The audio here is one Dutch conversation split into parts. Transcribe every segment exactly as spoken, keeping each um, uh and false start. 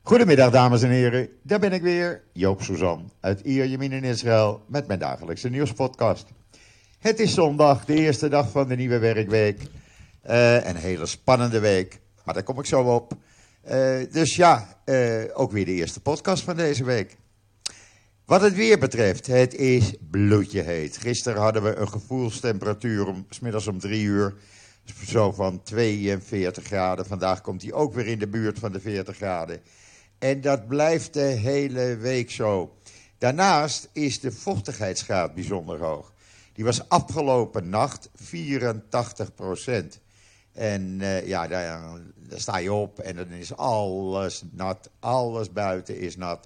Goedemiddag dames en heren, daar ben ik weer, Joop Suzan uit Ierjemien in Israël met mijn dagelijkse nieuwspodcast. Het is zondag, de eerste dag van de nieuwe werkweek. Uh, een hele spannende week, maar daar kom ik zo op. Uh, dus ja, uh, ook weer de eerste podcast van deze week. Wat het weer betreft, het is bloedje heet. Gisteren hadden we een gevoelstemperatuur om, 's middags om drie uur, zo van tweeënveertig graden. Vandaag komt hij ook weer in de buurt van de veertig graden. En dat blijft de hele week zo. Daarnaast is de vochtigheidsgraad bijzonder hoog. Die was afgelopen nacht vierentachtig procent. En uh, ja, daar, daar sta je op en dan is alles nat. Alles buiten is nat.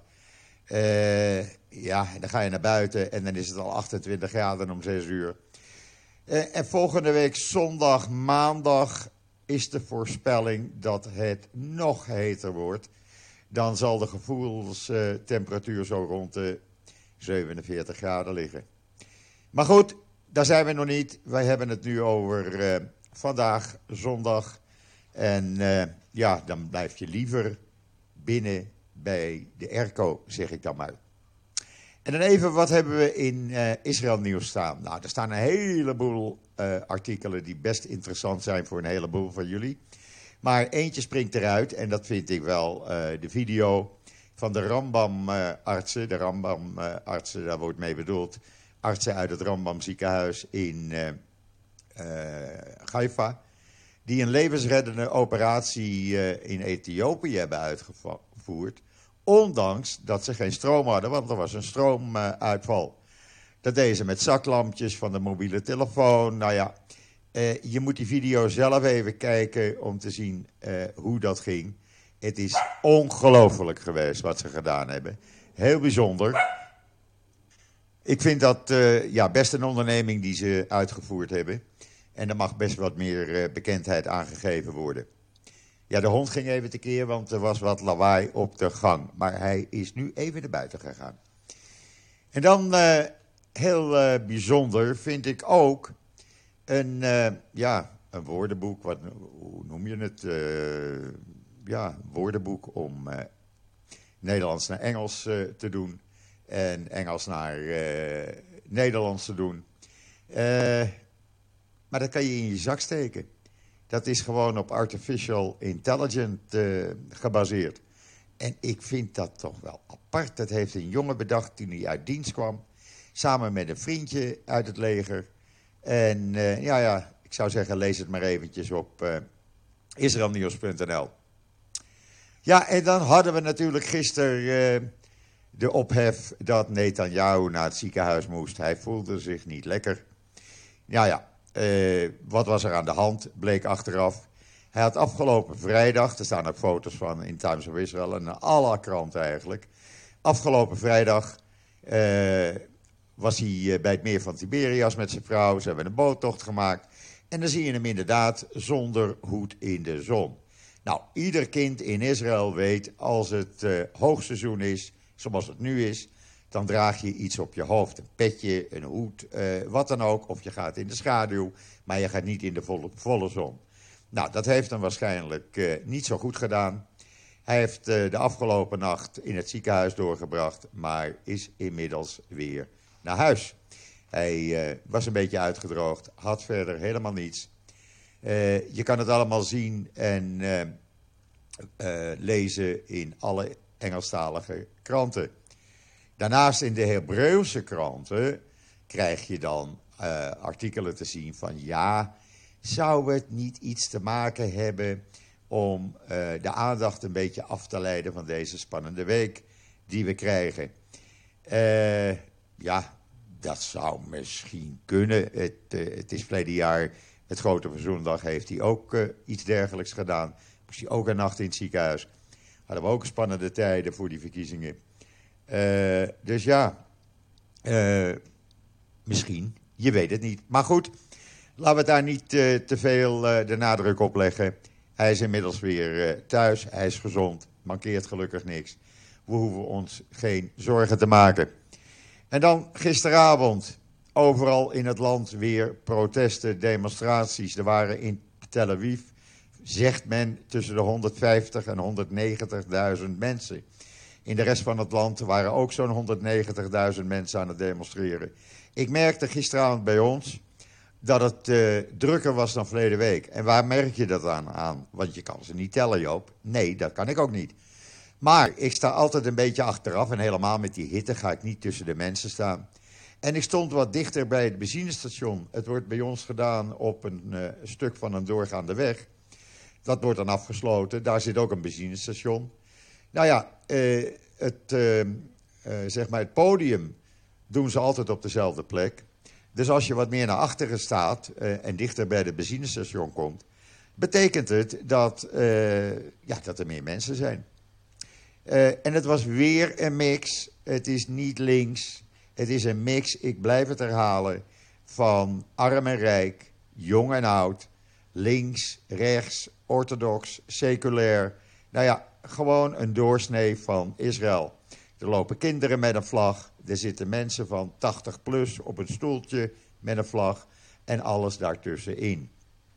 Uh, ja, dan ga je naar buiten en dan is het al achtentwintig graden om zes uur. Uh, en volgende week zondag, maandag is de voorspelling dat het nog heter wordt. Dan zal de gevoelstemperatuur zo rond de zevenenveertig graden liggen. Maar goed, daar zijn we nog niet. Wij hebben het nu over uh, vandaag, zondag. En uh, ja, dan blijf je liever binnen bij de airco, zeg ik dan maar. En dan even, wat hebben we in uh, Israël nieuws staan? Nou, er staan een heleboel uh, artikelen die best interessant zijn voor een heleboel van jullie. Maar eentje springt eruit en dat vind ik wel uh, de video van de Rambam-artsen. Uh, de Rambam-artsen, uh, daar wordt mee bedoeld. Artsen uit het Rambam ziekenhuis in uh, uh, Haifa. Die een levensreddende operatie uh, in Ethiopië hebben uitgevoerd. Ondanks dat ze geen stroom hadden, want er was een stroomuitval. Dat deden ze met zaklampjes van de mobiele telefoon. Nou ja, uh, je moet die video zelf even kijken om te zien uh, hoe dat ging. Het is ongelooflijk geweest wat ze gedaan hebben. Heel bijzonder. Ik vind dat uh, ja, best een onderneming die ze uitgevoerd hebben. En er mag best wat meer uh, bekendheid aangegeven worden. Ja, de hond ging even tekeer, want er was wat lawaai op de gang. Maar hij is nu even naar buiten gegaan. En dan, uh, heel uh, bijzonder, vind ik ook een, uh, ja, een woordenboek. Wat, hoe noem je het? Uh, ja, een woordenboek om uh, Nederlands naar Engels uh, te doen. En Engels naar uh, Nederlands te doen. Uh, maar dat kan je in je zak steken. Dat is gewoon op artificial intelligence uh, gebaseerd. En ik vind dat toch wel apart. Dat heeft een jongen bedacht toen hij uit dienst kwam. Samen met een vriendje uit het leger. En uh, ja, ja, ik zou zeggen, lees het maar eventjes op uh, israelnieuws punt n l. Ja, en dan hadden we natuurlijk gisteren uh, de ophef dat Netanyahu naar het ziekenhuis moest. Hij voelde zich niet lekker. Ja, ja. Uh, wat was er aan de hand, bleek achteraf. Hij had afgelopen vrijdag, er staan ook foto's van in Times of Israel en in alle kranten eigenlijk. Afgelopen vrijdag uh, was hij uh, bij het meer van Tiberias met zijn vrouw. Ze hebben een boottocht gemaakt. En dan zie je hem inderdaad zonder hoed in de zon. Nou, ieder kind in Israël weet, als het uh, hoogseizoen is, zoals het nu is, dan draag je iets op je hoofd. Een petje, een hoed, uh, wat dan ook. Of je gaat in de schaduw, maar je gaat niet in de volle, volle zon. Nou, dat heeft hem waarschijnlijk uh, niet zo goed gedaan. Hij heeft uh, de afgelopen nacht in het ziekenhuis doorgebracht, maar is inmiddels weer naar huis. Hij uh, was een beetje uitgedroogd, had verder helemaal niets. Uh, je kan het allemaal zien en uh, uh, lezen in alle Engelstalige kranten. Daarnaast in de Hebreeuwse kranten krijg je dan uh, artikelen te zien van ja, zou het niet iets te maken hebben om uh, de aandacht een beetje af te leiden van deze spannende week die we krijgen. Uh, ja, dat zou misschien kunnen. Het, uh, het is verleden jaar, het Grote Verzoendag, heeft hij ook uh, iets dergelijks gedaan. Moest hij ook een nacht in het ziekenhuis. Hadden we ook spannende tijden voor die verkiezingen. Uh, dus ja, uh, misschien, je weet het niet. Maar goed, laten we daar niet uh, te veel uh, de nadruk op leggen. Hij is inmiddels weer uh, thuis, hij is gezond, mankeert gelukkig niks. We hoeven ons geen zorgen te maken. En dan gisteravond, overal in het land weer protesten, demonstraties. Er waren in Tel Aviv zegt men, tussen de honderdvijftig en honderdnegentigduizend mensen. In de rest van het land waren ook zo'n honderdnegentigduizend mensen aan het demonstreren. Ik merkte gisteravond bij ons dat het uh, drukker was dan verleden week. En waar merk je dat aan, aan? Want je kan ze niet tellen, Joop. Nee, dat kan ik ook niet. Maar ik sta altijd een beetje achteraf en helemaal met die hitte ga ik niet tussen de mensen staan. En ik stond wat dichter bij het benzinestation. Het wordt bij ons gedaan op een uh, stuk van een doorgaande weg. Dat wordt dan afgesloten. Daar zit ook een benzinestation. Nou ja, uh, het, uh, uh, zeg maar het podium doen ze altijd op dezelfde plek. Dus als je wat meer naar achteren staat uh, en dichter bij het benzinestation komt, betekent het dat, uh, ja, dat er meer mensen zijn. Uh, en het was weer een mix. Het is niet links. Het is een mix, ik blijf het herhalen, van arm en rijk, jong en oud, links, rechts, orthodox, seculair. Nou ja, gewoon een doorsnee van Israël. Er lopen kinderen met een vlag. Er zitten mensen van tachtig plus op een stoeltje met een vlag. En alles daartussenin.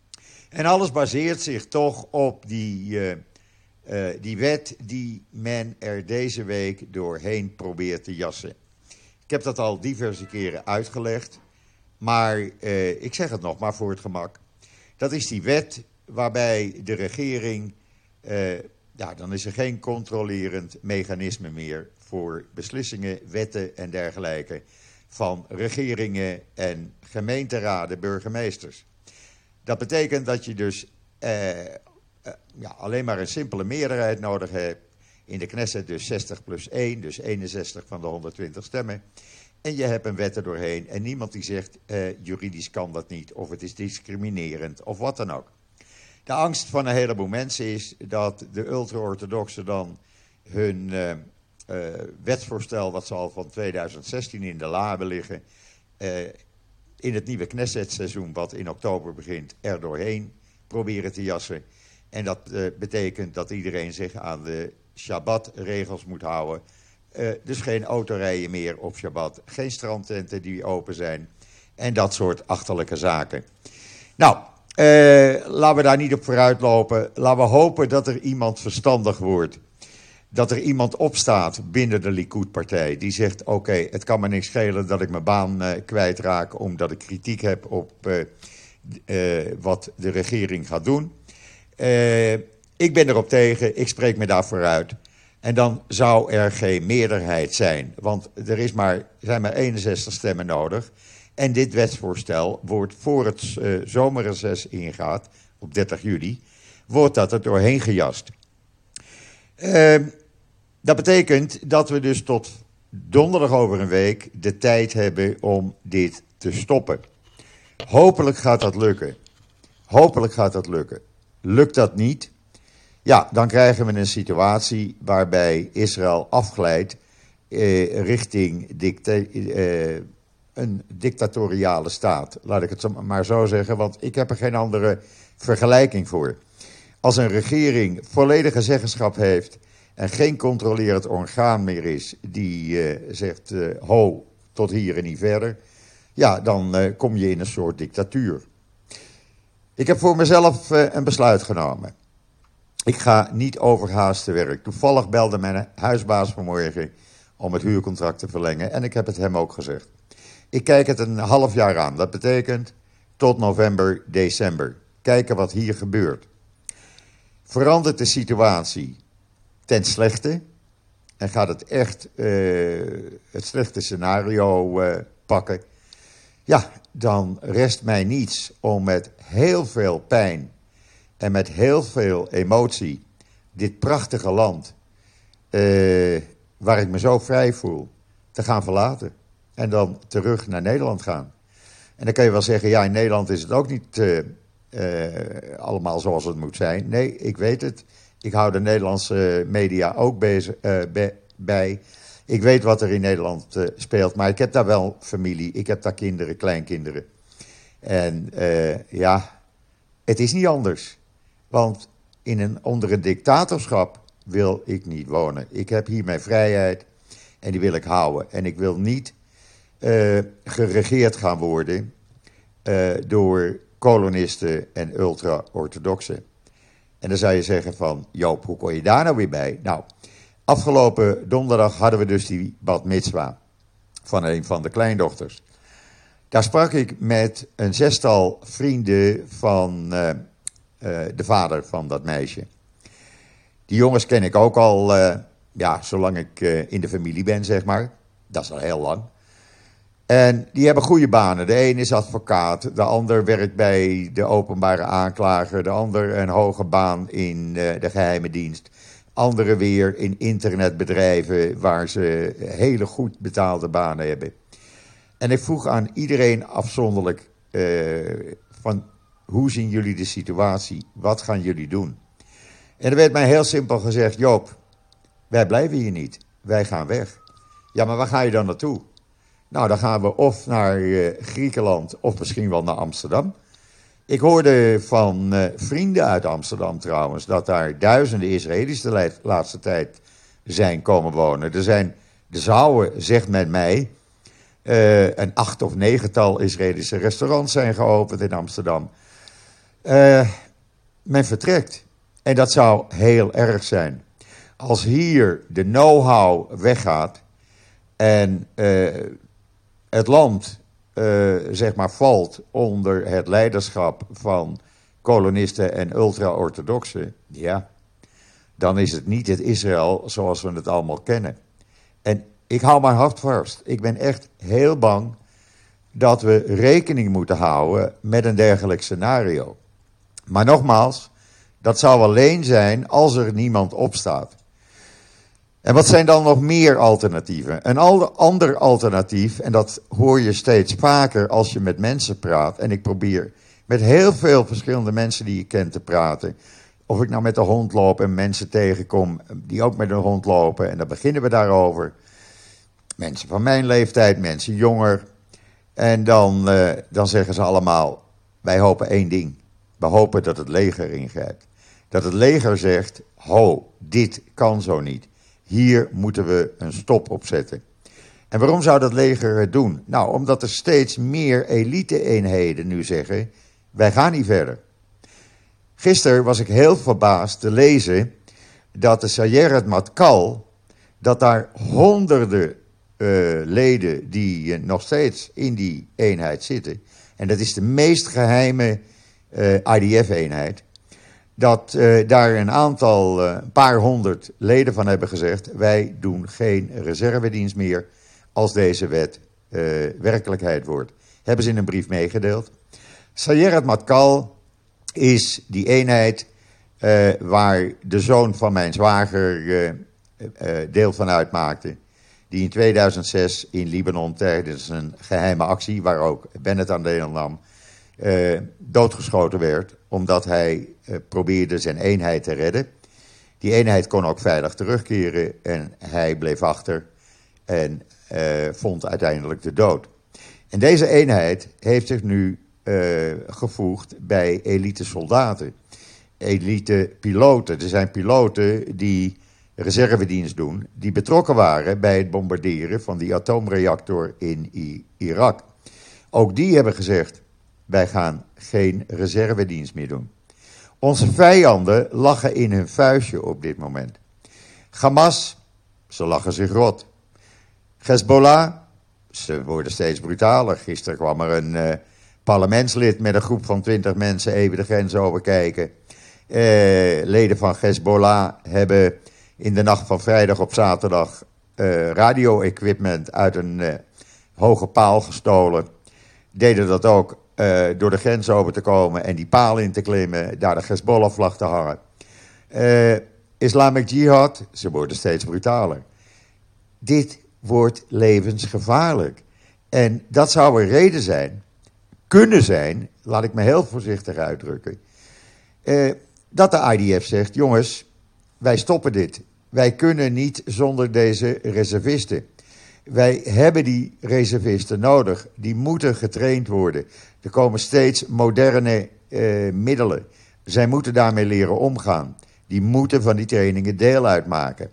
En alles baseert zich toch op die, uh, uh, die wet die men er deze week doorheen probeert te jassen. Ik heb dat al diverse keren uitgelegd. Maar uh, ik zeg het nog maar voor het gemak. Dat is die wet waarbij de regering... Uh, ja, dan is er geen controlerend mechanisme meer voor beslissingen, wetten en dergelijke van regeringen en gemeenteraden, burgemeesters. Dat betekent dat je dus uh, uh, ja, alleen maar een simpele meerderheid nodig hebt. In de Knesset dus zestig plus één, dus eenenzestig van de honderdtwintig stemmen. En je hebt een wet er doorheen en niemand die zegt uh, juridisch kan dat niet of het is discriminerend of wat dan ook. De angst van een heleboel mensen is dat de ultra-orthodoxen dan hun uh, uh, wetsvoorstel, wat ze al van tweeduizend zestien in de la hebben liggen, uh, in het nieuwe Knesset-seizoen, wat in oktober begint, er doorheen proberen te jassen. En dat uh, betekent dat iedereen zich aan de Shabbat-regels moet houden. Uh, dus geen autorijden meer op Shabbat, geen strandtenten die open zijn en dat soort achterlijke zaken. Nou... Uh, laten we daar niet op vooruit lopen. Laten we hopen dat er iemand verstandig wordt. Dat er iemand opstaat binnen de Likud-partij. Die zegt, oké, okay, het kan me niks schelen dat ik mijn baan uh, kwijtraak. Omdat ik kritiek heb op uh, uh, wat de regering gaat doen. Uh, ik ben erop tegen, ik spreek me daarvoor uit. En dan zou er geen meerderheid zijn. Want er is maar, zijn maar eenenzestig stemmen nodig. En dit wetsvoorstel wordt voor het uh, zomerreces ingaat, op dertig juli, wordt dat er doorheen gejast. Uh, dat betekent dat we dus tot donderdag over een week de tijd hebben om dit te stoppen. Hopelijk gaat dat lukken. Hopelijk gaat dat lukken. Lukt dat niet? Ja, dan krijgen we een situatie waarbij Israël afglijdt uh, richting dicta- uh, een dictatoriale staat. Laat ik het maar zo zeggen, want ik heb er geen andere vergelijking voor. Als een regering volledige zeggenschap heeft en geen controlerend orgaan meer is die uh, zegt uh, ho, tot hier en niet verder, ja, dan uh, kom je in een soort dictatuur. Ik heb voor mezelf uh, een besluit genomen. Ik ga niet overhaast te werk. Toevallig belde mijn huisbaas vanmorgen om het huurcontract te verlengen en ik heb het hem ook gezegd. Ik kijk het een half jaar aan. Dat betekent tot november, december. Kijken wat hier gebeurt. Verandert de situatie ten slechte en gaat het echt uh, het slechte scenario uh, pakken, ja, dan rest mij niets om met heel veel pijn en met heel veel emotie dit prachtige land, uh, waar ik me zo vrij voel, te gaan verlaten. En dan terug naar Nederland gaan. En dan kan je wel zeggen, ja, in Nederland is het ook niet uh, uh, allemaal zoals het moet zijn. Nee, ik weet het. Ik hou de Nederlandse media ook bezig, uh, be- bij. Ik weet wat er in Nederland uh, speelt. Maar ik heb daar wel familie. Ik heb daar kinderen, kleinkinderen. En uh, ja, het is niet anders. Want in een, onder een dictatorschap wil ik niet wonen. Ik heb hier mijn vrijheid en die wil ik houden. En ik wil niet Uh, geregeerd gaan worden uh, door kolonisten en ultra-orthodoxen. En dan zou je zeggen van, Joop, hoe kon je daar nou weer bij? Nou, afgelopen donderdag hadden we dus die Bat Mitzwa van een van de kleindochters. Daar sprak ik met een zestal vrienden van uh, uh, de vader van dat meisje. Die jongens ken ik ook al, uh, ja, zolang ik uh, in de familie ben, zeg maar. Dat is al heel lang. En die hebben goede banen. De een is advocaat, de ander werkt bij de openbare aanklager, de ander een hoge baan in uh, de geheime dienst. Anderen weer in internetbedrijven waar ze hele goed betaalde banen hebben. En ik vroeg aan iedereen afzonderlijk uh, van hoe zien jullie de situatie? Wat gaan jullie doen? En er werd mij heel simpel gezegd, Joop, wij blijven hier niet. Wij gaan weg. Ja, maar waar ga je dan naartoe? Nou, dan gaan we of naar uh, Griekenland of misschien wel naar Amsterdam. Ik hoorde van uh, vrienden uit Amsterdam trouwens dat daar duizenden Israëli's de laatste tijd zijn komen wonen. Er zijn, er zouden, zegt men mij, uh, een acht of negental Israëlische restaurants zijn geopend in Amsterdam. Uh, men vertrekt. En dat zou heel erg zijn. Als hier de know-how weggaat en uh, het land uh, zeg maar valt onder het leiderschap van kolonisten en ultra-orthodoxen, ja, dan is het niet het Israël zoals we het allemaal kennen. En ik hou mijn hart vast. Ik ben echt heel bang dat we rekening moeten houden met een dergelijk scenario. Maar nogmaals, dat zou alleen zijn als er niemand opstaat. En wat zijn dan nog meer alternatieven? Een ander alternatief, en dat hoor je steeds vaker als je met mensen praat. En ik probeer met heel veel verschillende mensen die je kent te praten. Of ik nou met de hond loop en mensen tegenkom die ook met een hond lopen. En dan beginnen we daarover. Mensen van mijn leeftijd, mensen jonger. En dan, uh, dan zeggen ze allemaal, wij hopen één ding. We hopen dat het leger ingrijpt. Dat het leger zegt, ho, dit kan zo niet. Hier moeten we een stop op zetten. En waarom zou dat leger het doen? Nou, omdat er steeds meer elite-eenheden nu zeggen, wij gaan niet verder. Gisteren was ik heel verbaasd te lezen dat de Sayeret Matkal, dat daar honderden uh, leden die uh, nog steeds in die eenheid zitten, en dat is de meest geheime uh, I D F-eenheid, dat uh, daar een aantal, uh, een paar honderd leden van hebben gezegd, wij doen geen reservedienst meer als deze wet uh, werkelijkheid wordt. Hebben ze in een brief meegedeeld. Sayeret Matkal is die eenheid uh, waar de zoon van mijn zwager uh, uh, deel van uitmaakte, die in tweeduizend zes in Libanon tijdens een geheime actie, waar ook Bennett aan deelnam, uh, doodgeschoten werd, omdat hij uh, probeerde zijn eenheid te redden. Die eenheid kon ook veilig terugkeren en hij bleef achter en uh, vond uiteindelijk de dood. En deze eenheid heeft zich nu uh, gevoegd bij elite soldaten, elite piloten. Er zijn piloten die reservedienst doen, die betrokken waren bij het bombarderen van die atoomreactor in I- Irak. Ook die hebben gezegd, wij gaan geen reservedienst meer doen. Onze vijanden lachen in hun vuistje op dit moment. Hamas, ze lachen zich rot. Hezbollah, ze worden steeds brutaler. Gisteren kwam er een uh, parlementslid met een groep van twintig mensen even de grens overkijken. Uh, leden van Hezbollah hebben in de nacht van vrijdag op zaterdag uh, radio-equipment uit een uh, hoge paal gestolen. Deden dat ook uh, door de grens over te komen en die paal in te klimmen, daar de Hezbollah-vlag te hangen. Uh, Islamic Jihad, ze worden steeds brutaler. Dit wordt levensgevaarlijk. En dat zou een reden zijn, kunnen zijn, laat ik me heel voorzichtig uitdrukken, uh, dat de I D F zegt, jongens, wij stoppen dit. Wij kunnen niet zonder deze reservisten. Wij hebben die reservisten nodig. Die moeten getraind worden. Er komen steeds moderne uh, middelen. Zij moeten daarmee leren omgaan. Die moeten van die trainingen deel uitmaken.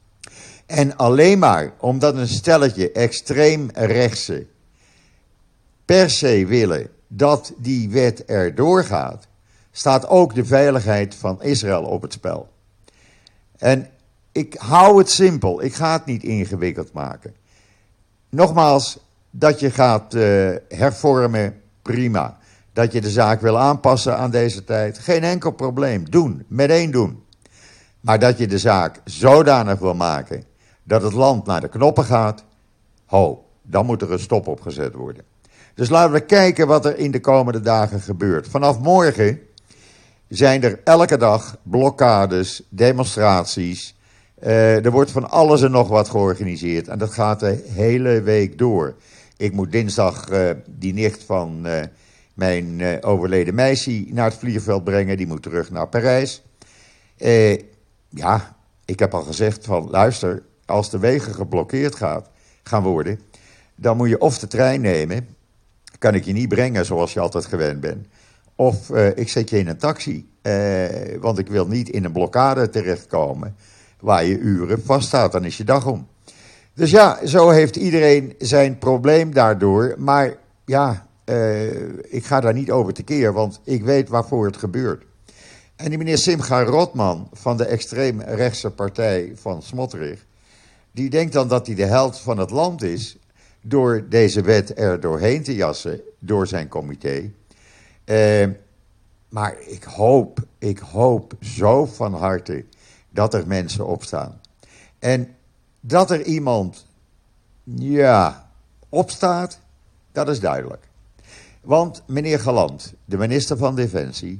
En alleen maar omdat een stelletje extreem rechtse per se willen dat die wet erdoor gaat, staat ook de veiligheid van Israël op het spel. En ik hou het simpel, ik ga het niet ingewikkeld maken. Nogmaals, dat je gaat uh, hervormen, prima. Dat je de zaak wil aanpassen aan deze tijd, geen enkel probleem. Doen, meteen doen. Maar dat je de zaak zodanig wil maken dat het land naar de knoppen gaat, ho, dan moet er een stop op gezet worden. Dus laten we kijken wat er in de komende dagen gebeurt. Vanaf morgen zijn er elke dag blokkades, demonstraties. Uh, er wordt van alles en nog wat georganiseerd. En dat gaat de hele week door. Ik moet dinsdag uh, die nicht van uh, mijn uh, overleden meisje naar het vliegveld brengen. Die moet terug naar Parijs. Uh, ja, ik heb al gezegd van luister, als de wegen geblokkeerd gaat, gaan worden, dan moet je of de trein nemen. Kan ik je niet brengen zoals je altijd gewend bent. Of uh, ik zet je in een taxi. Uh, want ik wil niet in een blokkade terechtkomen waar je uren vaststaat. Dan is je dag om. Dus ja, zo heeft iedereen zijn probleem daardoor. Maar ja, uh, ik ga daar niet over tekeer, want ik weet waarvoor het gebeurt. En die meneer Simcha Rotman van de extreemrechtse partij van Smotrich, die denkt dan dat hij de held van het land is door deze wet er doorheen te jassen door zijn comité. Uh, maar ik hoop, ik hoop zo van harte dat er mensen opstaan. En dat er iemand, ja, opstaat, dat is duidelijk. Want meneer Gallant, de minister van Defensie,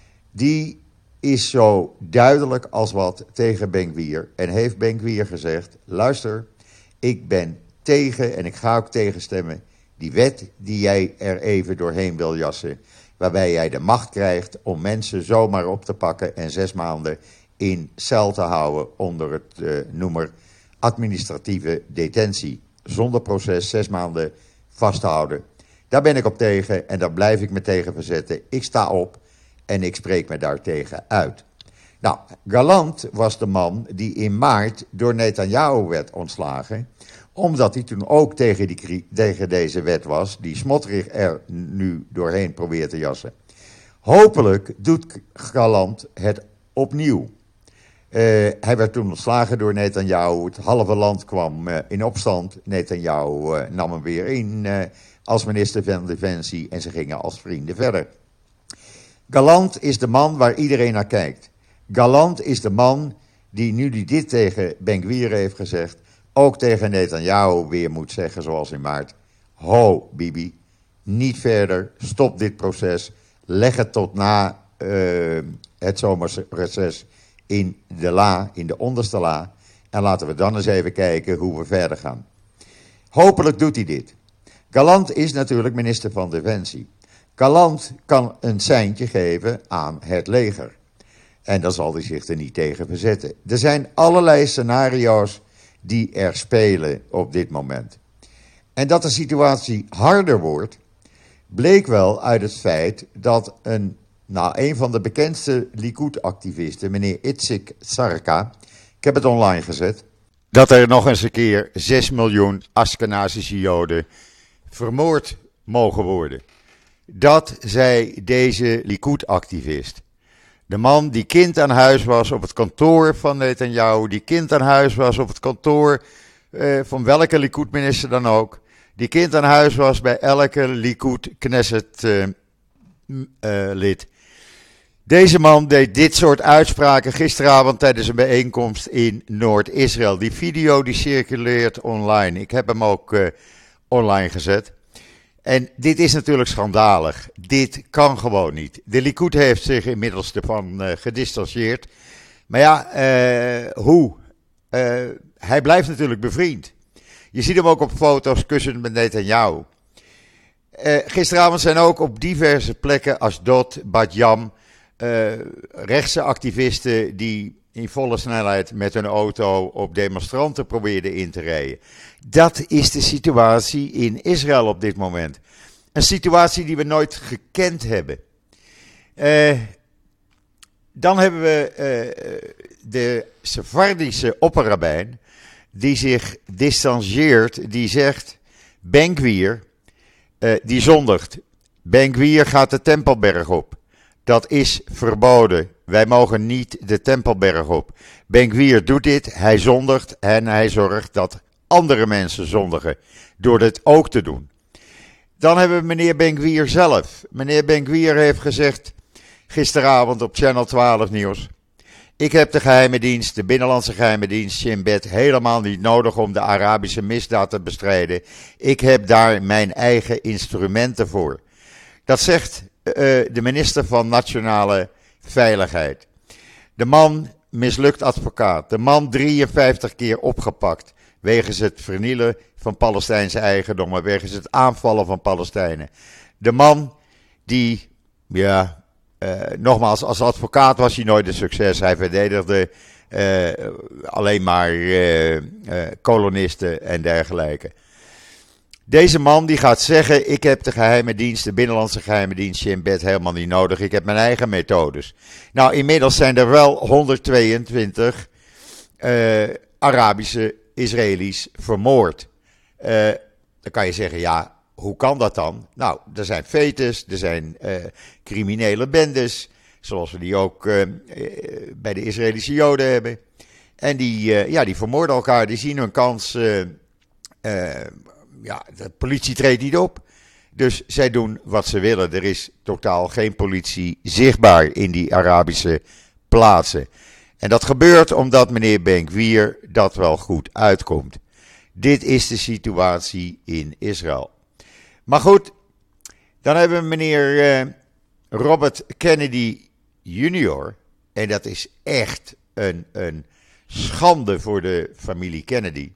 die is zo duidelijk als wat tegen Ben-Gvir. En heeft Ben-Gvir gezegd, luister, ik ben tegen en ik ga ook tegenstemmen die wet die jij er even doorheen wil jassen, waarbij jij de macht krijgt om mensen zomaar op te pakken en zes maanden in cel te houden onder het uh, noemer administratieve detentie. Zonder proces, zes maanden vast te houden. Daar ben ik op tegen en daar blijf ik me tegen verzetten. Ik sta op en ik spreek me daartegen uit. Nou, Gallant was de man die in maart door Netanyahu werd ontslagen, omdat hij toen ook tegen, die, tegen deze wet was, die Smotrich er nu doorheen probeert te jassen. Hopelijk doet Gallant het opnieuw. Uh, hij werd toen ontslagen door Netanyahu. Het halve land kwam uh, in opstand. Netanyahu uh, nam hem weer in uh, als minister van Defensie en ze gingen als vrienden verder. Gallant is de man waar iedereen naar kijkt. Gallant is de man die, nu die dit tegen Ben-Gvir heeft gezegd, ook tegen Netanyahu weer moet zeggen, zoals in maart. Ho, Bibi, niet verder, stop dit proces, leg het tot na uh, het zomerreces in de la, in de onderste la, en laten we dan eens even kijken hoe we verder gaan. Hopelijk doet hij dit. Gallant is natuurlijk minister van Defensie. Gallant kan een seintje geven aan het leger. En dan zal hij zich er niet tegen verzetten. Er zijn allerlei scenario's die er spelen op dit moment. En dat de situatie harder wordt, bleek wel uit het feit dat een, nou, een van de bekendste Likud-activisten, meneer Itzik Sarka, ik heb het online gezet, dat er nog eens een keer zes miljoen Askenazische Joden vermoord mogen worden. Dat zei deze Likud-activist. De man die kind aan huis was op het kantoor van Netanyahu, die kind aan huis was op het kantoor uh, van welke Likud-minister dan ook, die kind aan huis was bij elke Likud-Knesset-lid. Uh, uh, Deze man deed dit soort uitspraken gisteravond tijdens een bijeenkomst in Noord-Israël. Die video die circuleert online. Ik heb hem ook uh, online gezet. En dit is natuurlijk schandalig. Dit kan gewoon niet. De Likud heeft zich inmiddels ervan uh, gedistanceerd. Maar ja, uh, hoe? Uh, hij blijft natuurlijk bevriend. Je ziet hem ook op foto's kussend met Netanyahu. Uh, gisteravond zijn ook op diverse plekken, Ashdod, Bat Yam, uh, rechtse activisten die in volle snelheid met hun auto op demonstranten probeerden in te rijden. Dat is de situatie in Israël op dit moment. Een situatie die we nooit gekend hebben. Uh, dan hebben we uh, de Sephardische opperrabijn die zich distancieert, die zegt, Ben-Gvir, uh, die zondigt. Ben-Gvir gaat de Tempelberg op. Dat is verboden. Wij mogen niet de Tempelberg op. Ben-Gvir doet dit, hij zondigt en hij zorgt dat andere mensen zondigen door dit ook te doen. Dan hebben we meneer Ben-Gvir zelf. Meneer Ben-Gvir heeft gezegd gisteravond op Channel twaalf Nieuws: ik heb de geheime dienst, de binnenlandse geheime dienst, Shin Bet, helemaal niet nodig om de Arabische misdaad te bestrijden. Ik heb daar mijn eigen instrumenten voor. Dat zegt uh, de minister van Nationale Veiligheid. De man mislukt advocaat. De man drieënvijftig keer opgepakt wegens het vernielen van Palestijnse eigendommen, wegens het aanvallen van Palestijnen. De man die, ja, uh, nogmaals, als advocaat was hij nooit een succes. Hij verdedigde uh, alleen maar uh, uh, kolonisten en dergelijke. Deze man die gaat zeggen: ik heb de geheime dienst, de binnenlandse geheime dienst Shin Bet helemaal niet nodig. Ik heb mijn eigen methodes. Nou, inmiddels zijn er wel honderdtweeëntwintig uh, Arabische Israëli's vermoord. Uh, dan kan je zeggen, ja, hoe kan dat dan? Nou, er zijn fetes, er zijn uh, criminele bendes, zoals we die ook uh, bij de Israëlische Joden hebben. En die, uh, ja, die vermoorden elkaar, die zien hun kans. Uh, uh, ja, de politie treedt niet op. Dus zij doen wat ze willen. Er is totaal geen politie zichtbaar in die Arabische plaatsen. En dat gebeurt omdat meneer Ben-Gvir dat wel goed uitkomt. Dit is de situatie in Israël. Maar goed, dan hebben we meneer uh, Robert Kennedy junior En dat is echt een, een schande voor de familie Kennedy.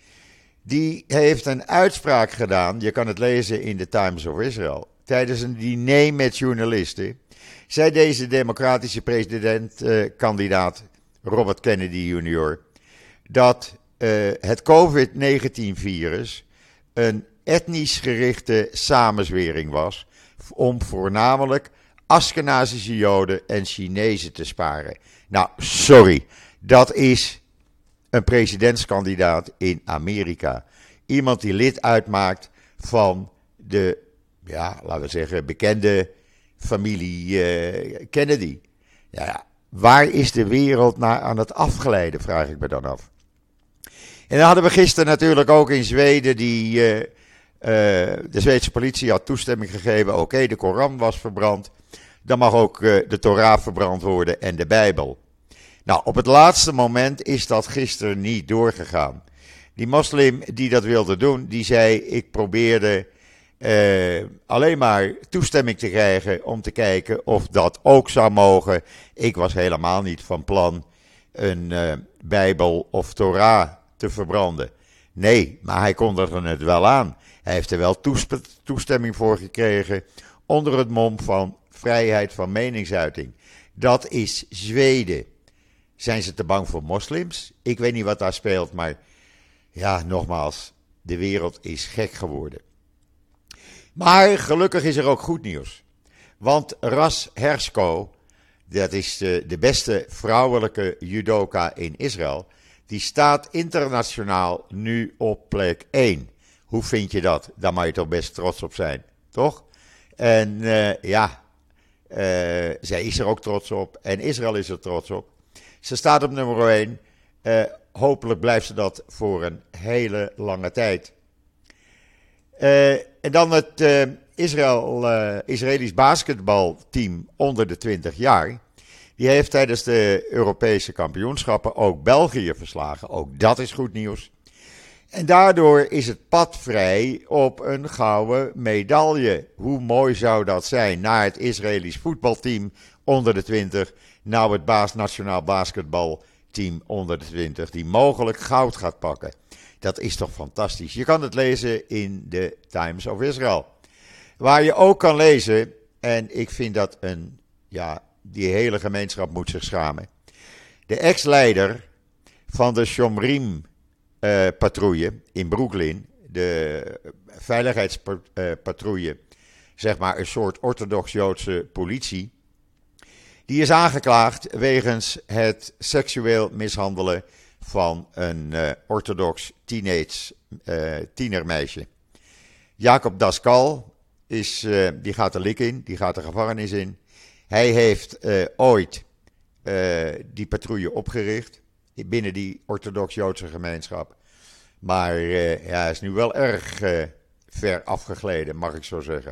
Die heeft een uitspraak gedaan, je kan het lezen in de Times of Israel. Tijdens een diner met journalisten zei deze democratische presidentkandidaat uh, Robert Kennedy junior dat uh, het covid negentien virus een etnisch gerichte samenzwering was om voornamelijk Askenazische Joden en Chinezen te sparen. Nou, sorry, dat is een presidentskandidaat in Amerika. Iemand die lid uitmaakt van de, ja, laten we zeggen, bekende familie uh, Kennedy. Ja, waar is de wereld naar aan het afgeleiden, vraag ik me dan af. En dan hadden we gisteren natuurlijk ook in Zweden die, uh, uh, de Zweedse politie had toestemming gegeven, oké, okay, de Koran was verbrand, dan mag ook uh, de Torah verbrand worden en de Bijbel. Nou, op het laatste moment is dat gisteren niet doorgegaan. Die moslim die dat wilde doen, die zei: ik probeerde uh, alleen maar toestemming te krijgen om te kijken of dat ook zou mogen. Ik was helemaal niet van plan een uh, Bijbel of Torah te verbranden. Nee, maar hij kondigde het wel aan. Hij heeft er wel toesp- toestemming voor gekregen onder het mom van vrijheid van meningsuiting. Dat is Zweden. Zijn ze te bang voor moslims? Ik weet niet wat daar speelt, maar ja, nogmaals, de wereld is gek geworden. Maar gelukkig is er ook goed nieuws. Want Ras Hershko, dat is de, de beste vrouwelijke judoka in Israël, die staat internationaal nu op plek één. Hoe vind je dat? Daar mag je toch best trots op zijn, toch? En uh, ja, uh, zij is er ook trots op en Israël is er trots op. Ze staat op nummer één. Uh, hopelijk blijft ze dat voor een hele lange tijd. Uh, en dan het uh, Israël, uh, Israëlisch basketbalteam onder de twintig jaar. Die heeft tijdens de Europese kampioenschappen ook België verslagen. Ook dat is goed nieuws. En daardoor is het pad vrij op een gouden medaille. Hoe mooi zou dat zijn? Naar het Israëlisch voetbalteam onder de twintig. Nou, het baas nationaal basketbalteam onder de twintig. Die mogelijk goud gaat pakken. Dat is toch fantastisch. Je kan het lezen in de Times of Israel. Waar je ook kan lezen, en ik vind dat een, ja, die hele gemeenschap moet zich schamen. De ex-leider van de Shomrim uh, patrouille in Brooklyn, de veiligheidspatrouille, zeg maar een soort orthodox-Joodse politie, die is aangeklaagd wegens het seksueel mishandelen van een uh, orthodox teenage uh, tienermeisje. Jacob Daskal is, uh, die gaat de lik in, die gaat de gevangenis in. Hij heeft uh, ooit uh, die patrouille opgericht binnen die orthodox-Joodse gemeenschap. Maar uh, ja, hij is nu wel erg uh, ver afgegleden, mag ik zo zeggen.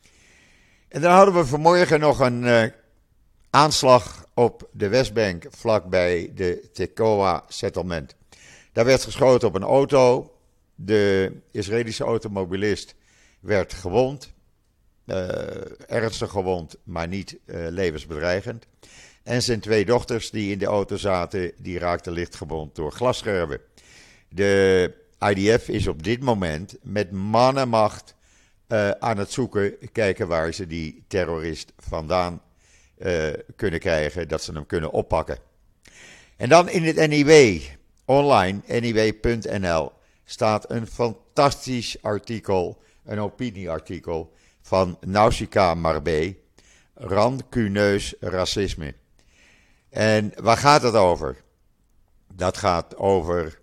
En dan hadden we vanmorgen nog een uh, aanslag op de Westbank vlakbij de Tekoa Settlement. Daar werd geschoten op een auto. De Israëlische automobilist werd gewond. Uh, ernstig gewond, maar niet uh, levensbedreigend. En zijn twee dochters die in de auto zaten, die raakten licht gewond door glasscherven. De I D F is op dit moment met mannenmacht uh, aan het zoeken, kijken waar ze die terrorist vandaan uh, kunnen krijgen, dat ze hem kunnen oppakken. En dan in het N I W online, N I W punt N L, staat een fantastisch artikel, een opinieartikel van Nausicaa Marbe, rancuneus racisme. En waar gaat het over? Dat gaat over uh,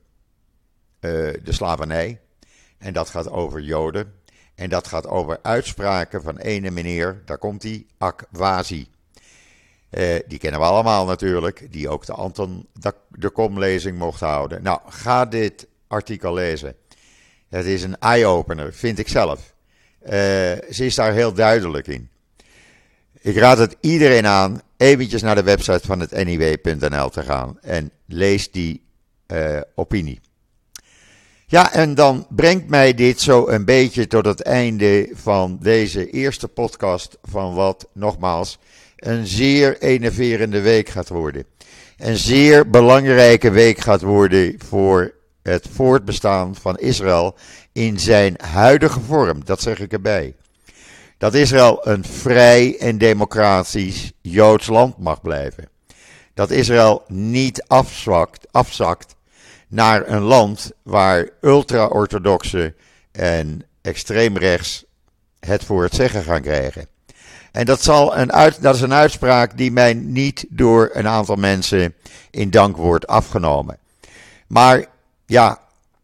de slavernij. En dat gaat over Joden. En dat gaat over uitspraken van ene meneer, daar komt hij, Akwazi. Uh, die kennen we allemaal natuurlijk, die ook de Anton de Kom-lezing mocht houden. Nou, ga dit artikel lezen. Het is een eye-opener, vind ik zelf. Uh, ze is daar heel duidelijk in. Ik raad het iedereen aan eventjes naar de website van het N I W punt N L te gaan en lees die uh, opinie. Ja, en dan brengt mij dit zo een beetje tot het einde van deze eerste podcast van wat, nogmaals, een zeer enerverende week gaat worden. Een zeer belangrijke week gaat worden voor het voortbestaan van Israël in zijn huidige vorm, dat zeg ik erbij. Dat Israël een vrij en democratisch Joods land mag blijven. Dat Israël niet afzwakt, afzakt naar een land waar ultra-orthodoxe en extreemrechts het voor het zeggen gaan krijgen. En dat, zal een uit, dat is een uitspraak die mij niet door een aantal mensen in dank wordt afgenomen. Maar ja,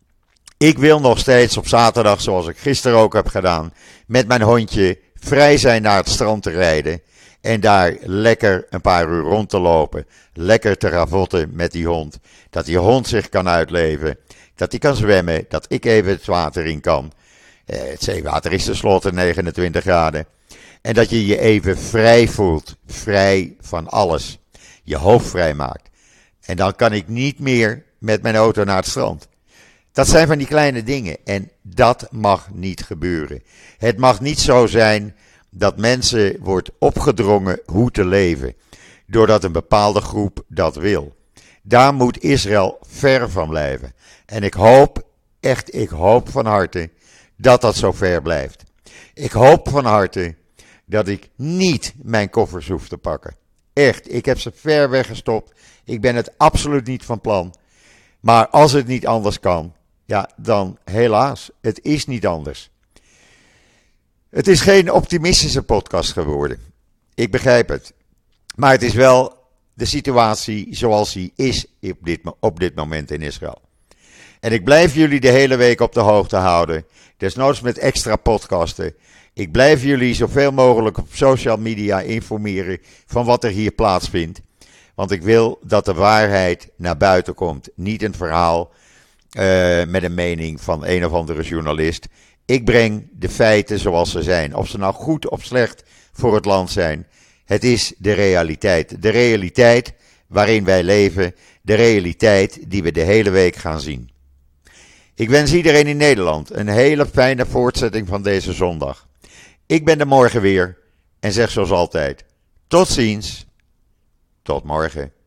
ik wil nog steeds op zaterdag, zoals ik gisteren ook heb gedaan, met mijn hondje vrij zijn naar het strand te rijden en daar lekker een paar uur rond te lopen. Lekker te ravotten met die hond. Dat die hond zich kan uitleven. Dat hij kan zwemmen. Dat ik even het water in kan. Eh, het zeewater is tenslotte negenentwintig graden. En dat je je even vrij voelt. Vrij van alles. Je hoofd vrij maakt. En dan kan ik niet meer met mijn auto naar het strand. Dat zijn van die kleine dingen. En dat mag niet gebeuren. Het mag niet zo zijn dat mensen wordt opgedrongen hoe te leven. Doordat een bepaalde groep dat wil. Daar moet Israël ver van blijven. En ik hoop, echt ik hoop van harte, dat dat zo ver blijft. Ik hoop van harte dat ik niet mijn koffers hoef te pakken. Echt, ik heb ze ver weggestopt. Ik ben het absoluut niet van plan. Maar als het niet anders kan, ja, dan helaas, het is niet anders. Het is geen optimistische podcast geworden. Ik begrijp het. Maar het is wel de situatie zoals die is op dit, op dit moment in Israël. En ik blijf jullie de hele week op de hoogte houden. Desnoods met extra podcasten. Ik blijf jullie zoveel mogelijk op social media informeren van wat er hier plaatsvindt. Want ik wil dat de waarheid naar buiten komt. Niet een verhaal uh, met een mening van een of andere journalist. Ik breng de feiten zoals ze zijn. Of ze nou goed of slecht voor het land zijn. Het is de realiteit. De realiteit waarin wij leven. De realiteit die we de hele week gaan zien. Ik wens iedereen in Nederland een hele fijne voortzetting van deze zondag. Ik ben er morgen weer en zeg zoals altijd, tot ziens, tot morgen.